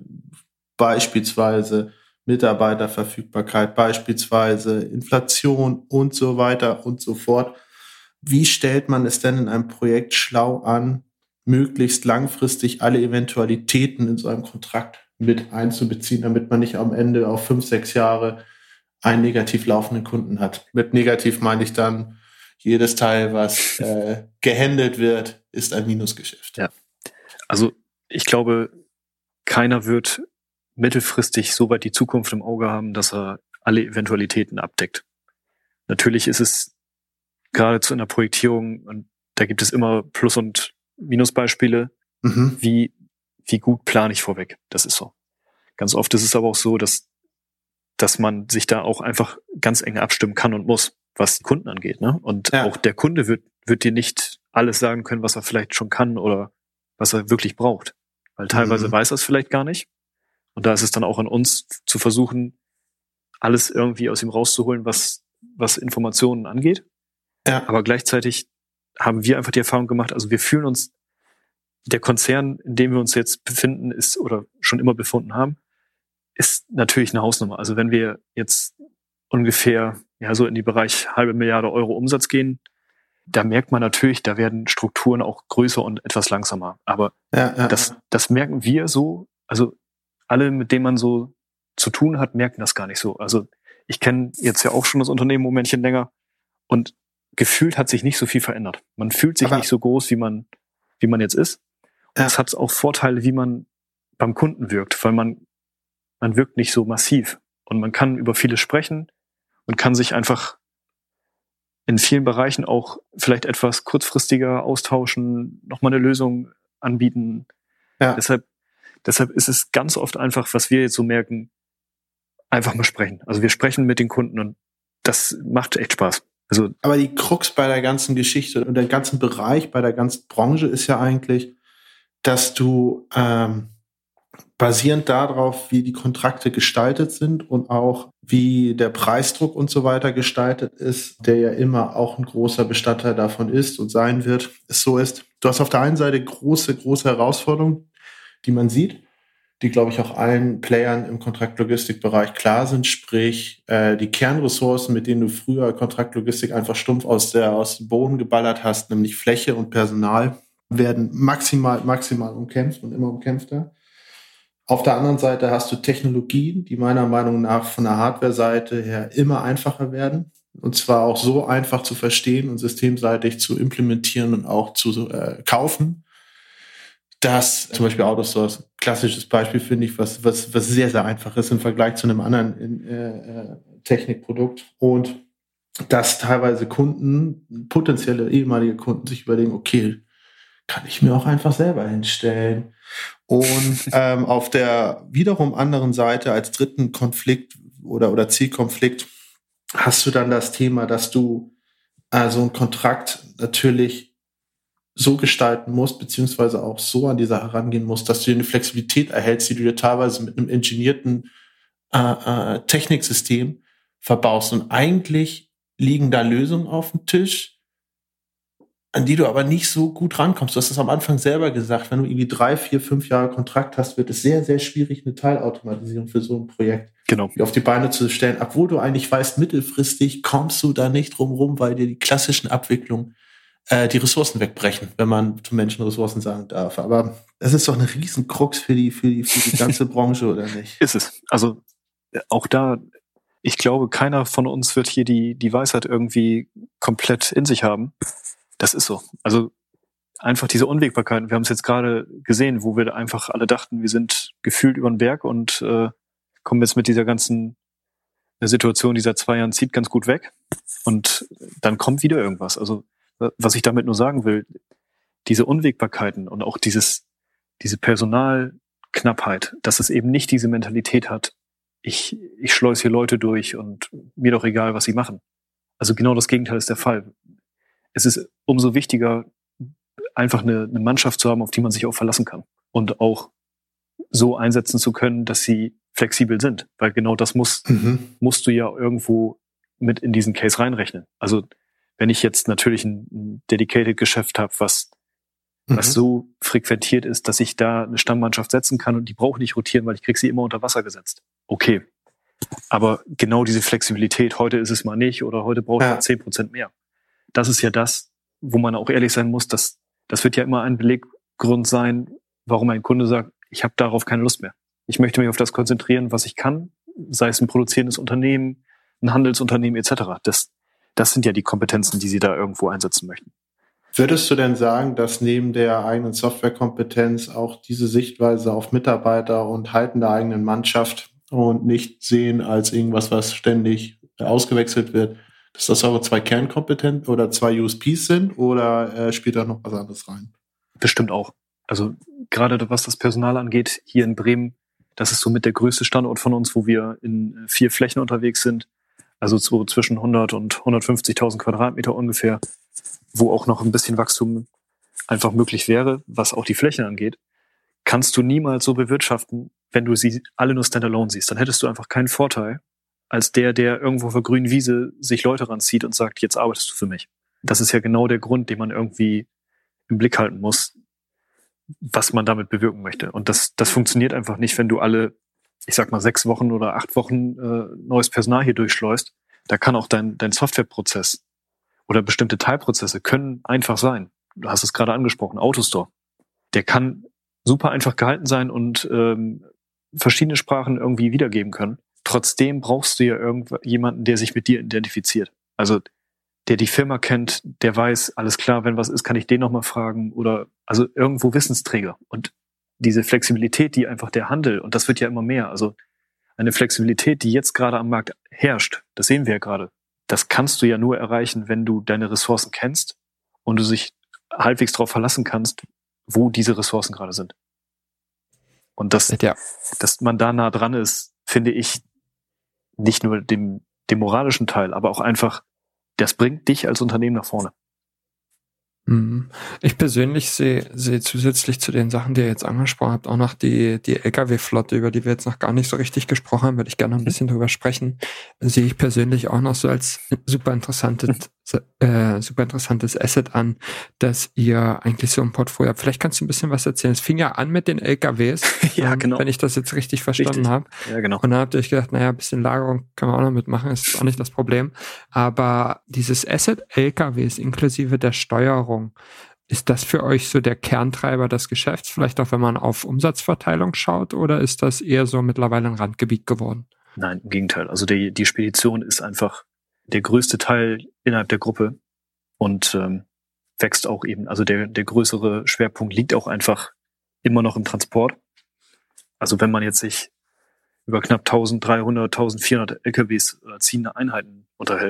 Speaker 4: beispielsweise Mitarbeiterverfügbarkeit, beispielsweise Inflation und so weiter und so fort. Wie stellt man es denn in einem Projekt schlau an, möglichst langfristig alle Eventualitäten in so einem Kontrakt mit einzubeziehen, damit man nicht am Ende auf fünf, sechs Jahre einen negativ laufenden Kunden hat? Mit negativ meine ich dann, jedes Teil, was äh, gehandelt wird, ist ein Minusgeschäft.
Speaker 5: Ja. Also ich glaube, keiner wird mittelfristig so weit die Zukunft im Auge haben, dass er alle Eventualitäten abdeckt. Natürlich ist es gerade zu einer Projektierung, und da gibt es immer Plus- und Minusbeispiele, mhm. wie, wie gut plane ich vorweg. Das ist so. Ganz oft ist es aber auch so, dass, dass man sich da auch einfach ganz eng abstimmen kann und muss, was die Kunden angeht, ne? Und ja. auch der Kunde wird, wird dir nicht alles sagen können, was er vielleicht schon kann oder was er wirklich braucht. Weil teilweise mhm. weiß er es vielleicht gar nicht. Und da ist es dann auch an uns zu versuchen, alles irgendwie aus ihm rauszuholen, was, was Informationen angeht. Ja. Aber gleichzeitig haben wir einfach die Erfahrung gemacht, also wir fühlen uns, der Konzern, in dem wir uns jetzt befinden, ist oder schon immer befunden haben, ist natürlich eine Hausnummer. Also wenn wir jetzt ungefähr ja so in die Bereich halbe Milliarde Euro Umsatz gehen, da merkt man natürlich, da werden Strukturen auch größer und etwas langsamer. Aber ja, ja, das, das merken wir so, also alle, mit denen man so zu tun hat, merken das gar nicht so. Also ich kenne jetzt ja auch schon das Unternehmen ein Momentchen länger und gefühlt hat sich nicht so viel verändert. Man fühlt sich Aber nicht so groß, wie man, wie man jetzt ist. Und es ja. hat auch Vorteile, wie man beim Kunden wirkt, weil man, man wirkt nicht so massiv. Und man kann über vieles sprechen und kann sich einfach in vielen Bereichen auch vielleicht etwas kurzfristiger austauschen, nochmal eine Lösung anbieten. Ja. Deshalb, deshalb ist es ganz oft einfach, was wir jetzt so merken, einfach mal sprechen. Also wir sprechen mit den Kunden und das macht echt Spaß. Also,
Speaker 4: aber die Krux bei der ganzen Geschichte und der ganzen Bereich, bei der ganzen Branche ist ja eigentlich, dass du ähm, basierend darauf, wie die Kontrakte gestaltet sind und auch wie der Preisdruck und so weiter gestaltet ist, der ja immer auch ein großer Bestandteil davon ist und sein wird, es so ist. Du hast auf der einen Seite große, große Herausforderungen, die man sieht, die, glaube ich, auch allen Playern im Kontraktlogistikbereich klar sind, sprich äh, die Kernressourcen, mit denen du früher Kontraktlogistik einfach stumpf aus, der, aus dem Boden geballert hast, nämlich Fläche und Personal, werden maximal, maximal umkämpft und immer umkämpfter. Auf der anderen Seite hast du Technologien, die meiner Meinung nach von der Hardware-Seite her immer einfacher werden. Und zwar auch so einfach zu verstehen und systemseitig zu implementieren und auch zu äh, kaufen. Das zum Beispiel Autosource, klassisches Beispiel, finde ich, was, was, was sehr, sehr einfach ist im Vergleich zu einem anderen äh, Technikprodukt. Und dass teilweise Kunden, potenzielle ehemalige Kunden sich überlegen, okay, kann ich mir auch einfach selber hinstellen. Und ähm, auf der wiederum anderen Seite als dritten Konflikt oder, oder Zielkonflikt hast du dann das Thema, dass du äh, so einen Kontrakt natürlich so gestalten musst, beziehungsweise auch so an dieser herangehen musst, dass du dir eine Flexibilität erhältst, die du dir teilweise mit einem engineerten äh, äh, Techniksystem verbaust. Und eigentlich liegen da Lösungen auf dem Tisch, an die du aber nicht so gut rankommst. Du hast es am Anfang selber gesagt, wenn du irgendwie drei, vier, fünf Jahre Kontrakt hast, wird es sehr, sehr schwierig, eine Teilautomatisierung für so ein Projekt
Speaker 5: genau.
Speaker 4: auf die Beine zu stellen, obwohl du eigentlich weißt, mittelfristig kommst du da nicht drum rum, weil dir die klassischen Abwicklungen äh, die Ressourcen wegbrechen, wenn man zu Menschen Ressourcen sagen darf. Aber das ist doch eine riesen Krux für die, für die, für die ganze Branche, oder nicht?
Speaker 5: Ist es. Also auch da, ich glaube, keiner von uns wird hier die, die Weisheit irgendwie komplett in sich haben. Das ist so. Also einfach diese Unwägbarkeiten. Wir haben es jetzt gerade gesehen, wo wir einfach alle dachten, wir sind gefühlt über den Berg und äh, kommen jetzt mit dieser ganzen Situation, die seit zwei Jahren zieht, ganz gut weg. Und dann kommt wieder irgendwas. Also was ich damit nur sagen will, diese Unwägbarkeiten und auch dieses diese Personalknappheit, dass es eben nicht diese Mentalität hat, ich, ich schleuse hier Leute durch und mir doch egal, was sie machen. Also genau das Gegenteil ist der Fall. Es ist umso wichtiger, einfach eine, eine Mannschaft zu haben, auf die man sich auch verlassen kann. Und auch so einsetzen zu können, dass sie flexibel sind. Weil genau das muss, mhm. musst du ja irgendwo mit in diesen Case reinrechnen. Also wenn ich jetzt natürlich ein, ein Dedicated-Geschäft habe, was, mhm. was so frequentiert ist, dass ich da eine Stammmannschaft setzen kann und die braucht nicht rotieren, weil ich krieg sie immer unter Wasser gesetzt. Okay. Aber genau diese Flexibilität, heute ist es mal nicht oder heute brauche ich ja. zehn Prozent mehr. Das ist ja das, wo man auch ehrlich sein muss, dass das wird ja immer ein Beleggrund sein, warum ein Kunde sagt, ich habe darauf keine Lust mehr. Ich möchte mich auf das konzentrieren, was ich kann, sei es ein produzierendes Unternehmen, ein Handelsunternehmen et cetera. Das, das sind ja die Kompetenzen, die Sie da irgendwo einsetzen möchten.
Speaker 4: Würdest du denn sagen, dass neben der eigenen Softwarekompetenz auch diese Sichtweise auf Mitarbeiter und Halten der eigenen Mannschaft und nicht sehen als irgendwas, was ständig ausgewechselt wird, dass das eure zwei Kernkompetenzen oder zwei U S Ps sind, oder äh, spielt da noch was anderes rein?
Speaker 5: Bestimmt auch. Also gerade was das Personal angeht, hier in Bremen, das ist somit der größte Standort von uns, wo wir in vier Flächen unterwegs sind. Also so zwischen hundert und hundertfünfzigtausend Quadratmeter ungefähr, wo auch noch ein bisschen Wachstum einfach möglich wäre, was auch die Flächen angeht. Kannst du niemals so bewirtschaften, wenn du sie alle nur standalone siehst. Dann hättest du einfach keinen Vorteil als der, der irgendwo auf der grünen Wiese sich Leute ranzieht und sagt, jetzt arbeitest du für mich. Das ist ja genau der Grund, den man irgendwie im Blick halten muss, was man damit bewirken möchte. Und das, das funktioniert einfach nicht, wenn du alle, ich sag mal, sechs Wochen oder acht Wochen äh, neues Personal hier durchschleust. Da kann auch dein, dein Softwareprozess oder bestimmte Teilprozesse können einfach sein. Du hast es gerade angesprochen, Autostore. Der kann super einfach gehalten sein und ähm, verschiedene Sprachen irgendwie wiedergeben können. Trotzdem brauchst du ja irgendjemanden, der sich mit dir identifiziert. Also der die Firma kennt, der weiß, alles klar, wenn was ist, kann ich den nochmal fragen oder also irgendwo Wissensträger. Und diese Flexibilität, die einfach der Handel, und das wird ja immer mehr, also eine Flexibilität, die jetzt gerade am Markt herrscht, das sehen wir ja gerade, das kannst du ja nur erreichen, wenn du deine Ressourcen kennst und du dich halbwegs darauf verlassen kannst, wo diese Ressourcen gerade sind. Und das, ja. dass man da nah dran ist, finde ich, nicht nur dem, dem moralischen Teil, aber auch einfach, das bringt dich als Unternehmen nach vorne.
Speaker 3: Ich persönlich sehe, sehe zusätzlich zu den Sachen, die ihr jetzt angesprochen habt, auch noch die, die L K W-Flotte, über die wir jetzt noch gar nicht so richtig gesprochen haben, würde ich gerne noch ein bisschen drüber sprechen, sehe ich persönlich auch noch so als super interessantes, äh, super interessantes Asset an, dass ihr eigentlich so ein Portfolio habt. Vielleicht kannst du ein bisschen was erzählen. Es fing ja an mit den L K Ws,
Speaker 5: ja,
Speaker 3: ähm,
Speaker 5: genau.
Speaker 3: wenn ich das jetzt richtig verstanden habe.
Speaker 5: Ja, genau.
Speaker 3: Und dann habt ihr euch gedacht, naja, ein bisschen Lagerung können wir auch noch mitmachen, ist auch nicht das Problem. Aber dieses Asset L K Ws inklusive der Steuerung, ist das für euch so der Kerntreiber des Geschäfts, vielleicht auch wenn man auf Umsatzverteilung schaut, oder ist das eher so mittlerweile ein Randgebiet geworden?
Speaker 5: Nein, im Gegenteil. Also die, die Spedition ist einfach der größte Teil innerhalb der Gruppe und ähm, wächst auch eben. Also der, der größere Schwerpunkt liegt auch einfach immer noch im Transport. Also wenn man jetzt sich über knapp eintausenddreihundert, eintausendvierhundert L K Ws oder ziehende Einheiten unterhält,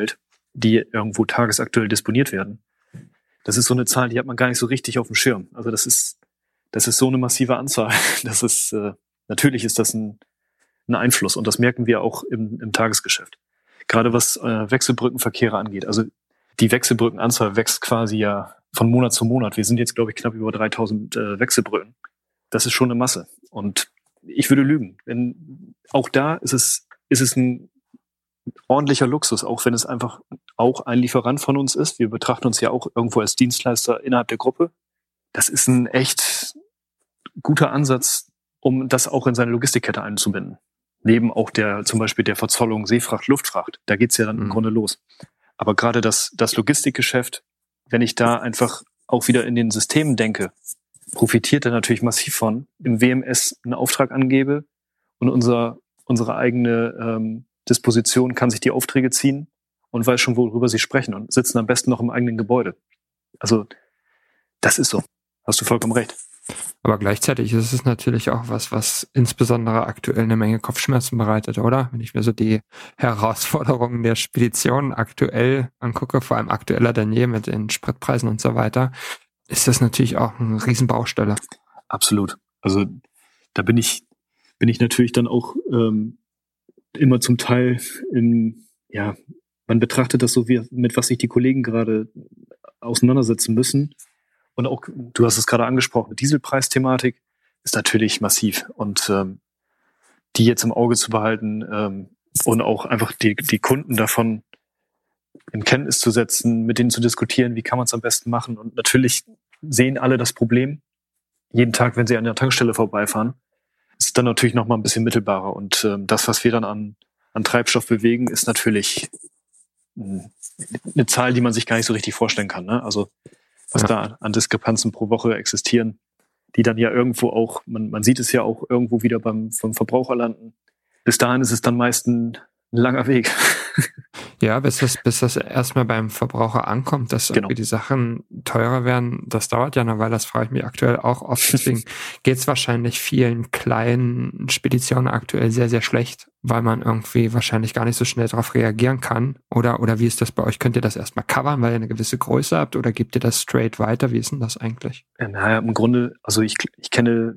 Speaker 5: die irgendwo tagesaktuell disponiert werden. Das ist so eine Zahl, die hat man gar nicht so richtig auf dem Schirm. Also das ist, das ist so eine massive Anzahl. Das ist, äh, natürlich ist das ein, ein Einfluss und das merken wir auch im, im Tagesgeschäft. Gerade was äh, Wechselbrückenverkehre angeht. Also die Wechselbrückenanzahl wächst quasi ja von Monat zu Monat. Wir sind jetzt, glaube ich, knapp über dreitausend äh, Wechselbrücken. Das ist schon eine Masse. Und ich würde lügen. Wenn, auch da ist es, ist es ein ordentlicher Luxus, auch wenn es einfach auch ein Lieferant von uns ist. Wir betrachten uns ja auch irgendwo als Dienstleister innerhalb der Gruppe. Das ist ein echt guter Ansatz, um das auch in seine Logistikkette einzubinden. Neben auch der, zum Beispiel der Verzollung Seefracht, Luftfracht. Da geht's ja dann mhm. im Grunde los. Aber gerade das, das Logistikgeschäft, wenn ich da einfach auch wieder in den Systemen denke, profitiert er natürlich massiv von, im W M S einen Auftrag angebe und unser, unsere eigene ähm, Disposition kann sich die Aufträge ziehen und weiß schon, worüber sie sprechen und sitzen am besten noch im eigenen Gebäude. Also das ist so. Hast du vollkommen recht.
Speaker 3: Aber gleichzeitig ist es natürlich auch was, was insbesondere aktuell eine Menge Kopfschmerzen bereitet, oder? Wenn ich mir so die Herausforderungen der Speditionen aktuell angucke, vor allem aktueller denn je mit den Spritpreisen und so weiter, ist das natürlich auch eine Riesenbaustelle.
Speaker 5: Absolut. Also da bin ich, bin ich natürlich dann auch ähm, immer zum Teil in, ja, man betrachtet das so, wie mit was sich die Kollegen gerade auseinandersetzen müssen. Und auch, du hast es gerade angesprochen, Dieselpreisthematik ist natürlich massiv. Und ähm, die jetzt im Auge zu behalten ähm, und auch einfach die, die Kunden davon in Kenntnis zu setzen, mit denen zu diskutieren, wie kann man es am besten machen. Und natürlich sehen alle das Problem. Jeden Tag, wenn sie an der Tankstelle vorbeifahren, ist dann natürlich noch mal ein bisschen mittelbarer. Und ähm, das, was wir dann an, an Treibstoff bewegen, ist natürlich mh, eine Zahl, die man sich gar nicht so richtig vorstellen kann. Ne? Also was ja. da an Diskrepanzen pro Woche existieren, die dann ja irgendwo auch, man, man sieht es ja auch irgendwo wieder beim, beim Verbraucher landen. Bis dahin ist es dann meist ein, ein langer Weg.
Speaker 3: Ja, bis das, bis das erstmal beim Verbraucher ankommt, dass genau. irgendwie die Sachen teurer werden, das dauert ja eine Weile, das frage ich mich aktuell auch oft. Deswegen geht es wahrscheinlich vielen kleinen Speditionen aktuell sehr, sehr schlecht, weil man irgendwie wahrscheinlich gar nicht so schnell darauf reagieren kann. Oder, oder wie ist das bei euch? Könnt ihr das erstmal covern, weil ihr eine gewisse Größe habt, oder gebt ihr das straight weiter? Wie ist denn das eigentlich?
Speaker 5: Ja, naja, im Grunde, also ich, ich kenne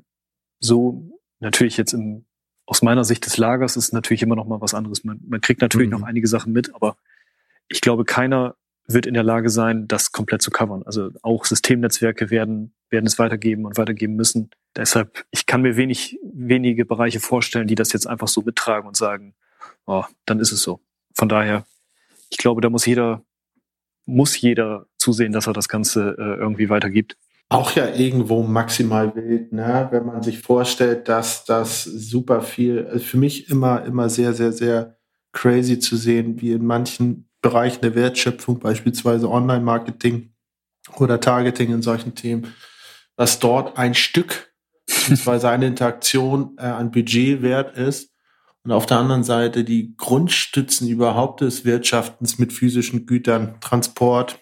Speaker 5: so natürlich jetzt im aus meiner Sicht des Lagers ist natürlich immer noch mal was anderes. Man, man kriegt natürlich mhm. noch einige Sachen mit, aber ich glaube, keiner wird in der Lage sein, das komplett zu covern. Also auch Systemnetzwerke werden, werden es weitergeben und weitergeben müssen. Deshalb, ich kann mir wenig, wenige Bereiche vorstellen, die das jetzt einfach so mittragen und sagen, oh, dann ist es so. Von daher, ich glaube, da muss jeder, muss jeder zusehen, dass er das Ganze äh, irgendwie weitergibt.
Speaker 4: Auch ja irgendwo maximal wild, ne? Wenn man sich vorstellt, dass das super viel, also für mich immer, immer sehr, sehr, sehr crazy zu sehen, wie in manchen Bereichen der Wertschöpfung, beispielsweise Online-Marketing oder Targeting in solchen Themen, was dort ein Stück, beziehungsweise eine Interaktion äh, an Budget wert ist und auf der anderen Seite die Grundstützen überhaupt des Wirtschaftens mit physischen Gütern, Transport,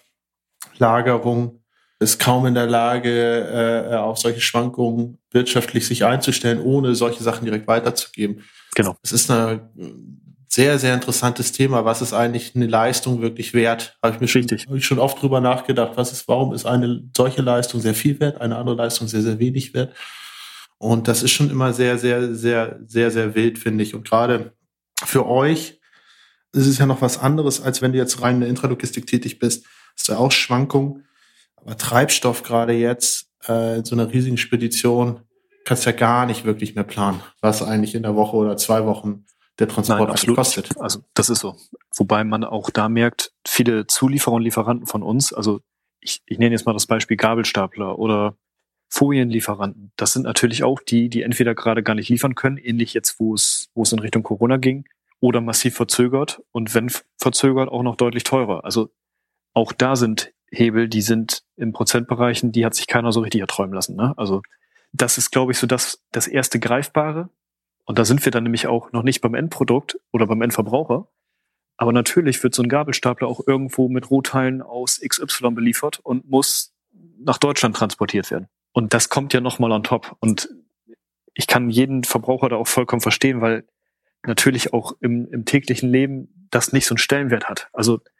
Speaker 4: Lagerung, ist kaum in der Lage, äh, auf solche Schwankungen wirtschaftlich sich einzustellen, ohne solche Sachen direkt weiterzugeben.
Speaker 5: Genau.
Speaker 4: Es ist ein sehr, sehr interessantes Thema. Was ist eigentlich eine Leistung wirklich wert? Habe ich mir schon, hab ich schon oft drüber nachgedacht. Was ist, warum ist eine solche Leistung sehr viel wert, eine andere Leistung sehr, sehr wenig wert? Und das ist schon immer sehr, sehr, sehr, sehr, sehr wild, finde ich. Und gerade für euch ist es ja noch was anderes, als wenn du jetzt rein in der Intralogistik tätig bist. Hast du auch Schwankungen. Aber Treibstoff gerade jetzt, äh, in so einer riesigen Spedition, kannst ja gar nicht wirklich mehr planen, was eigentlich in der Woche oder zwei Wochen der Transport
Speaker 5: Nein,
Speaker 4: kostet.
Speaker 5: Also das ist so. Wobei man auch da merkt, viele Zulieferer und Lieferanten von uns, also ich, ich nenne jetzt mal das Beispiel Gabelstapler oder Folienlieferanten, das sind natürlich auch die, die entweder gerade gar nicht liefern können, ähnlich jetzt, wo es, wo es in Richtung Corona ging, oder massiv verzögert und wenn verzögert auch noch deutlich teurer. Also auch da sind Hebel, die sind in Prozentbereichen, die hat sich keiner so richtig erträumen lassen. Ne? Also das ist, glaube ich, so das, das erste Greifbare. Und da sind wir dann nämlich auch noch nicht beim Endprodukt oder beim Endverbraucher. Aber natürlich wird so ein Gabelstapler auch irgendwo mit Rohteilen aus X Y beliefert und muss nach Deutschland transportiert werden. Und das kommt ja nochmal on top. Und ich kann jeden Verbraucher da auch vollkommen verstehen, weil natürlich auch im, im täglichen Leben das nicht so einen Stellenwert hat. Also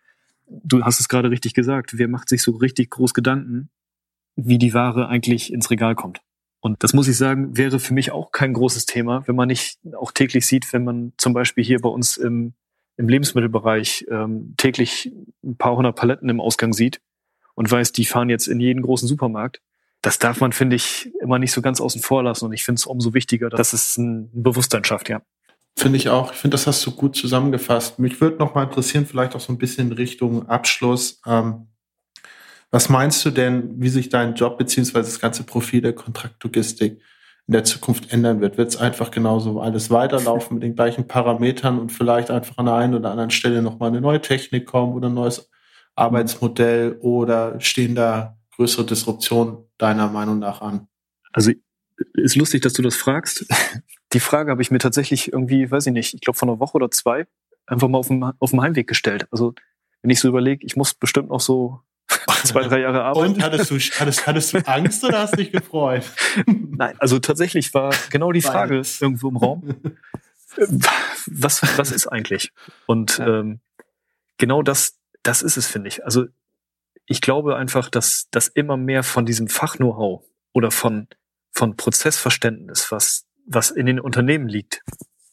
Speaker 5: du hast es gerade richtig gesagt, wer macht sich so richtig groß Gedanken, wie die Ware eigentlich ins Regal kommt? Und das muss ich sagen, wäre für mich auch kein großes Thema, wenn man nicht auch täglich sieht, wenn man zum Beispiel hier bei uns im, im Lebensmittelbereich ähm, täglich ein paar hundert Paletten im Ausgang sieht und weiß, die fahren jetzt in jeden großen Supermarkt. Das darf man, finde ich, immer nicht so ganz außen vor lassen. Und ich finde es umso wichtiger, dass es ein Bewusstsein schafft, ja.
Speaker 4: Finde ich auch. Ich finde, das hast du gut zusammengefasst. Mich würde noch mal interessieren, vielleicht auch so ein bisschen in Richtung Abschluss. Ähm, was meinst du denn, wie sich dein Job beziehungsweise das ganze Profil der Kontraktlogistik in der Zukunft ändern wird? Wird es einfach genauso alles weiterlaufen mit den gleichen Parametern und vielleicht einfach an der einen oder anderen Stelle nochmal eine neue Technik kommen oder ein neues Arbeitsmodell, oder stehen da größere Disruptionen deiner Meinung nach an?
Speaker 5: Also ist lustig, dass du das fragst. Die Frage habe ich mir tatsächlich irgendwie, weiß ich nicht, ich glaube vor einer Woche oder zwei einfach mal auf dem, auf dem Heimweg gestellt. Also wenn ich so überlege, ich muss bestimmt noch so zwei, drei Jahre arbeiten.
Speaker 4: Und hattest du, hattest, hattest du Angst oder hast dich gefreut?
Speaker 5: Nein, also tatsächlich war genau die Frage
Speaker 4: Beides.
Speaker 5: irgendwo im Raum. Was, was ist eigentlich? Und
Speaker 4: Ja.
Speaker 5: ähm, genau das, das ist es, finde ich. Also ich glaube einfach, dass, dass immer mehr von diesem Fach-Know-how oder von, von Prozessverständnis, was, was in den Unternehmen liegt,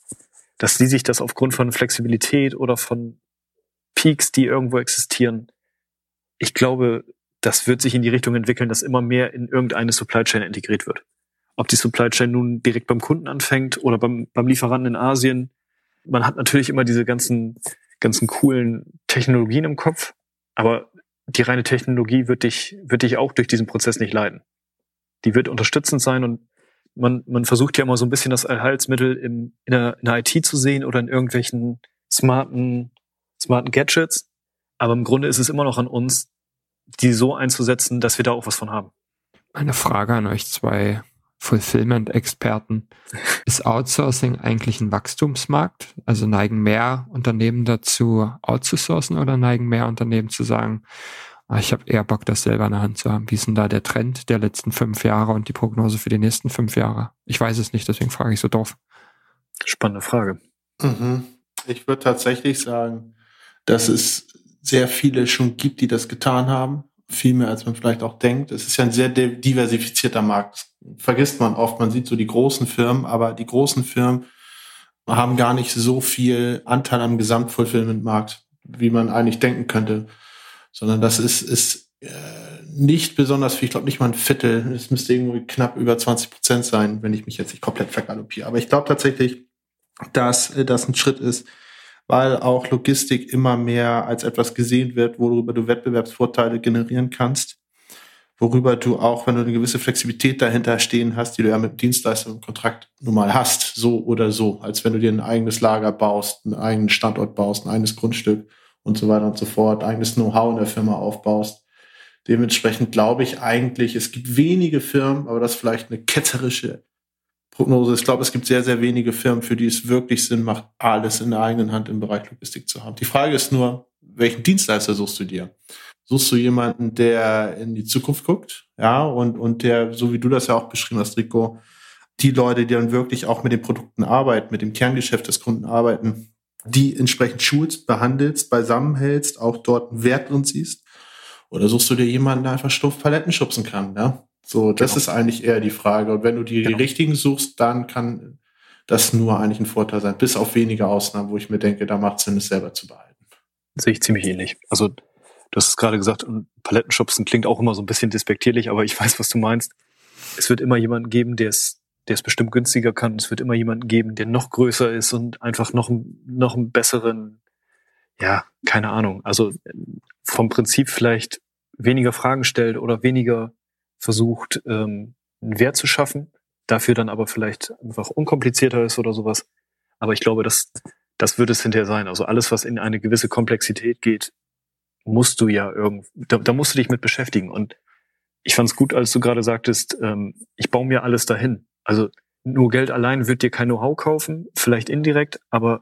Speaker 5: dass die sich das aufgrund von Flexibilität oder von Peaks, die irgendwo existieren, ich glaube, das wird sich in die Richtung entwickeln, dass immer mehr in irgendeine Supply Chain integriert wird. Ob die Supply Chain nun direkt beim Kunden anfängt oder beim, beim Lieferanten in Asien. Man hat natürlich immer diese ganzen, ganzen coolen Technologien im Kopf, aber die reine Technologie wird dich, wird dich auch durch diesen Prozess nicht leiten. Die wird unterstützend sein, und man, man versucht ja immer so ein bisschen das Allheilsmittel im, in, der, in der I T zu sehen oder in irgendwelchen smarten, smarten Gadgets. Aber im Grunde ist es immer noch an uns, die so einzusetzen, dass wir da auch was von haben.
Speaker 3: Eine Frage an euch zwei Fulfillment-Experten. Ist Outsourcing eigentlich ein Wachstumsmarkt? Also neigen mehr Unternehmen dazu, outzusourcen, oder neigen mehr Unternehmen zu sagen, ah, ich habe eher Bock, das selber in der Hand zu haben? Wie ist denn da der Trend der letzten fünf Jahre und die Prognose für die nächsten fünf Jahre? Ich weiß es nicht, deswegen frage ich so doof.
Speaker 5: Spannende Frage.
Speaker 4: Mhm. Ich würde tatsächlich sagen, dass es sehr viele schon gibt, die das getan haben. Viel mehr, als man vielleicht auch denkt. Es ist ja ein sehr diversifizierter Markt. Das vergisst man oft. Man sieht so die großen Firmen, aber die großen Firmen haben gar nicht so viel Anteil am Gesamtfulfillment-Markt, wie man eigentlich denken könnte. Sondern das ist, ist äh, nicht besonders viel. Ich glaube nicht mal ein Viertel. Es müsste irgendwie knapp über zwanzig Prozent sein, wenn ich mich jetzt nicht komplett vergaloppiere. Aber ich glaube tatsächlich, dass das ein Schritt ist, weil auch Logistik immer mehr als etwas gesehen wird, worüber du Wettbewerbsvorteile generieren kannst, worüber du auch, wenn du eine gewisse Flexibilität dahinter stehen hast, die du ja mit Dienstleistern im Kontrakt nun mal hast, so oder so, als wenn du dir ein eigenes Lager baust, einen eigenen Standort baust, ein eigenes Grundstück und so weiter und so fort, eigenes Know-how in der Firma aufbaust. Dementsprechend glaube ich eigentlich, es gibt wenige Firmen, aber das ist vielleicht eine ketzerische Prognose. Ich glaube, es gibt sehr, sehr wenige Firmen, für die es wirklich Sinn macht, alles in der eigenen Hand im Bereich Logistik zu haben. Die Frage ist nur, welchen Dienstleister suchst du dir? Suchst du jemanden, der in die Zukunft guckt, ja, und, und der, so wie du das ja auch beschrieben hast, Rico, die Leute, die dann wirklich auch mit den Produkten arbeiten, mit dem Kerngeschäft des Kunden arbeiten, die entsprechend schulst, behandelst, beisammenhältst, auch dort einen Wert drin siehst? Oder suchst du dir jemanden, der einfach stumpf Paletten schubsen kann, ja? So, das
Speaker 5: Genau.
Speaker 4: ist eigentlich eher die Frage. Und wenn du die
Speaker 5: Genau.
Speaker 4: richtigen suchst, dann kann das nur eigentlich ein Vorteil sein. Bis auf wenige Ausnahmen, wo ich mir denke, da macht es Sinn, es selber zu behalten.
Speaker 5: Sehe ich ziemlich ähnlich. Also du hast es gerade gesagt, und Palettenschubsen klingt auch immer so ein bisschen despektierlich, aber ich weiß, was du meinst. Es wird immer jemanden geben, der es, der es bestimmt günstiger kann. Es wird immer jemanden geben, der noch größer ist und einfach noch, noch einen besseren, ja, keine Ahnung. Also vom Prinzip vielleicht weniger Fragen stellt oder weniger versucht, ähm, einen Wert zu schaffen, dafür dann aber vielleicht einfach unkomplizierter ist oder sowas. Aber ich glaube, das, das wird es hinterher sein. Also alles, was in eine gewisse Komplexität geht, musst du ja irgend, da, da musst du dich mit beschäftigen. Und ich fand es gut, als du gerade sagtest, ähm, ich baue mir alles dahin. Also nur Geld allein wird dir kein Know-how kaufen, vielleicht indirekt, aber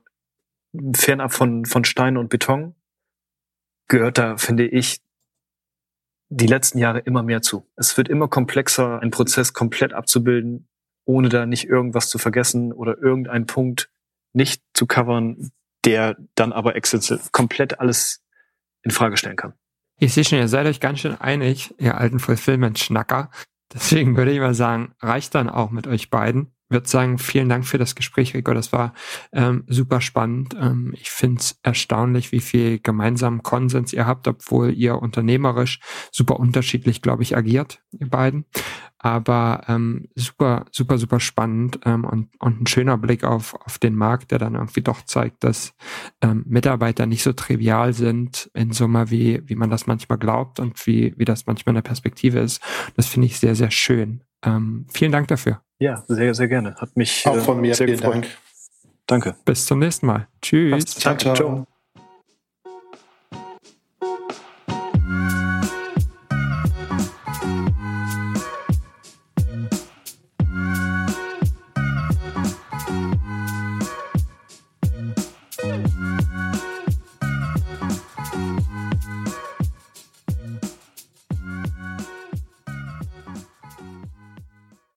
Speaker 5: fernab von, von Stein und Beton gehört da, finde ich, die letzten Jahre immer mehr zu. Es wird immer komplexer, einen Prozess komplett abzubilden, ohne da nicht irgendwas zu vergessen oder irgendeinen Punkt nicht zu covern, der dann aber komplett alles in Frage stellen kann.
Speaker 3: Ich sehe schon, ihr seid euch ganz schön einig, ihr alten Fulfillment-Schnacker. Deswegen würde ich mal sagen, reicht dann auch mit euch beiden. Ich würde sagen, vielen Dank für das Gespräch, Rico. Das war ähm, super spannend. Ähm, ich finde es erstaunlich, wie viel gemeinsamen Konsens ihr habt, obwohl ihr unternehmerisch super unterschiedlich, glaube ich, agiert, ihr beiden. Aber ähm, super, super, super spannend ähm, und, und ein schöner Blick auf, auf den Markt, der dann irgendwie doch zeigt, dass ähm, Mitarbeiter nicht so trivial sind in Summe, wie, wie man das manchmal glaubt und wie, wie das manchmal eine Perspektive ist. Das finde ich sehr, sehr schön. Ähm, vielen Dank dafür.
Speaker 5: Ja, sehr, sehr gerne. Hat mich
Speaker 4: auch von mir
Speaker 5: äh, sehr
Speaker 4: vielen
Speaker 5: gefreut.
Speaker 4: Dank.
Speaker 5: Danke.
Speaker 3: Bis zum nächsten Mal. Tschüss.
Speaker 4: Ciao, ciao. ciao.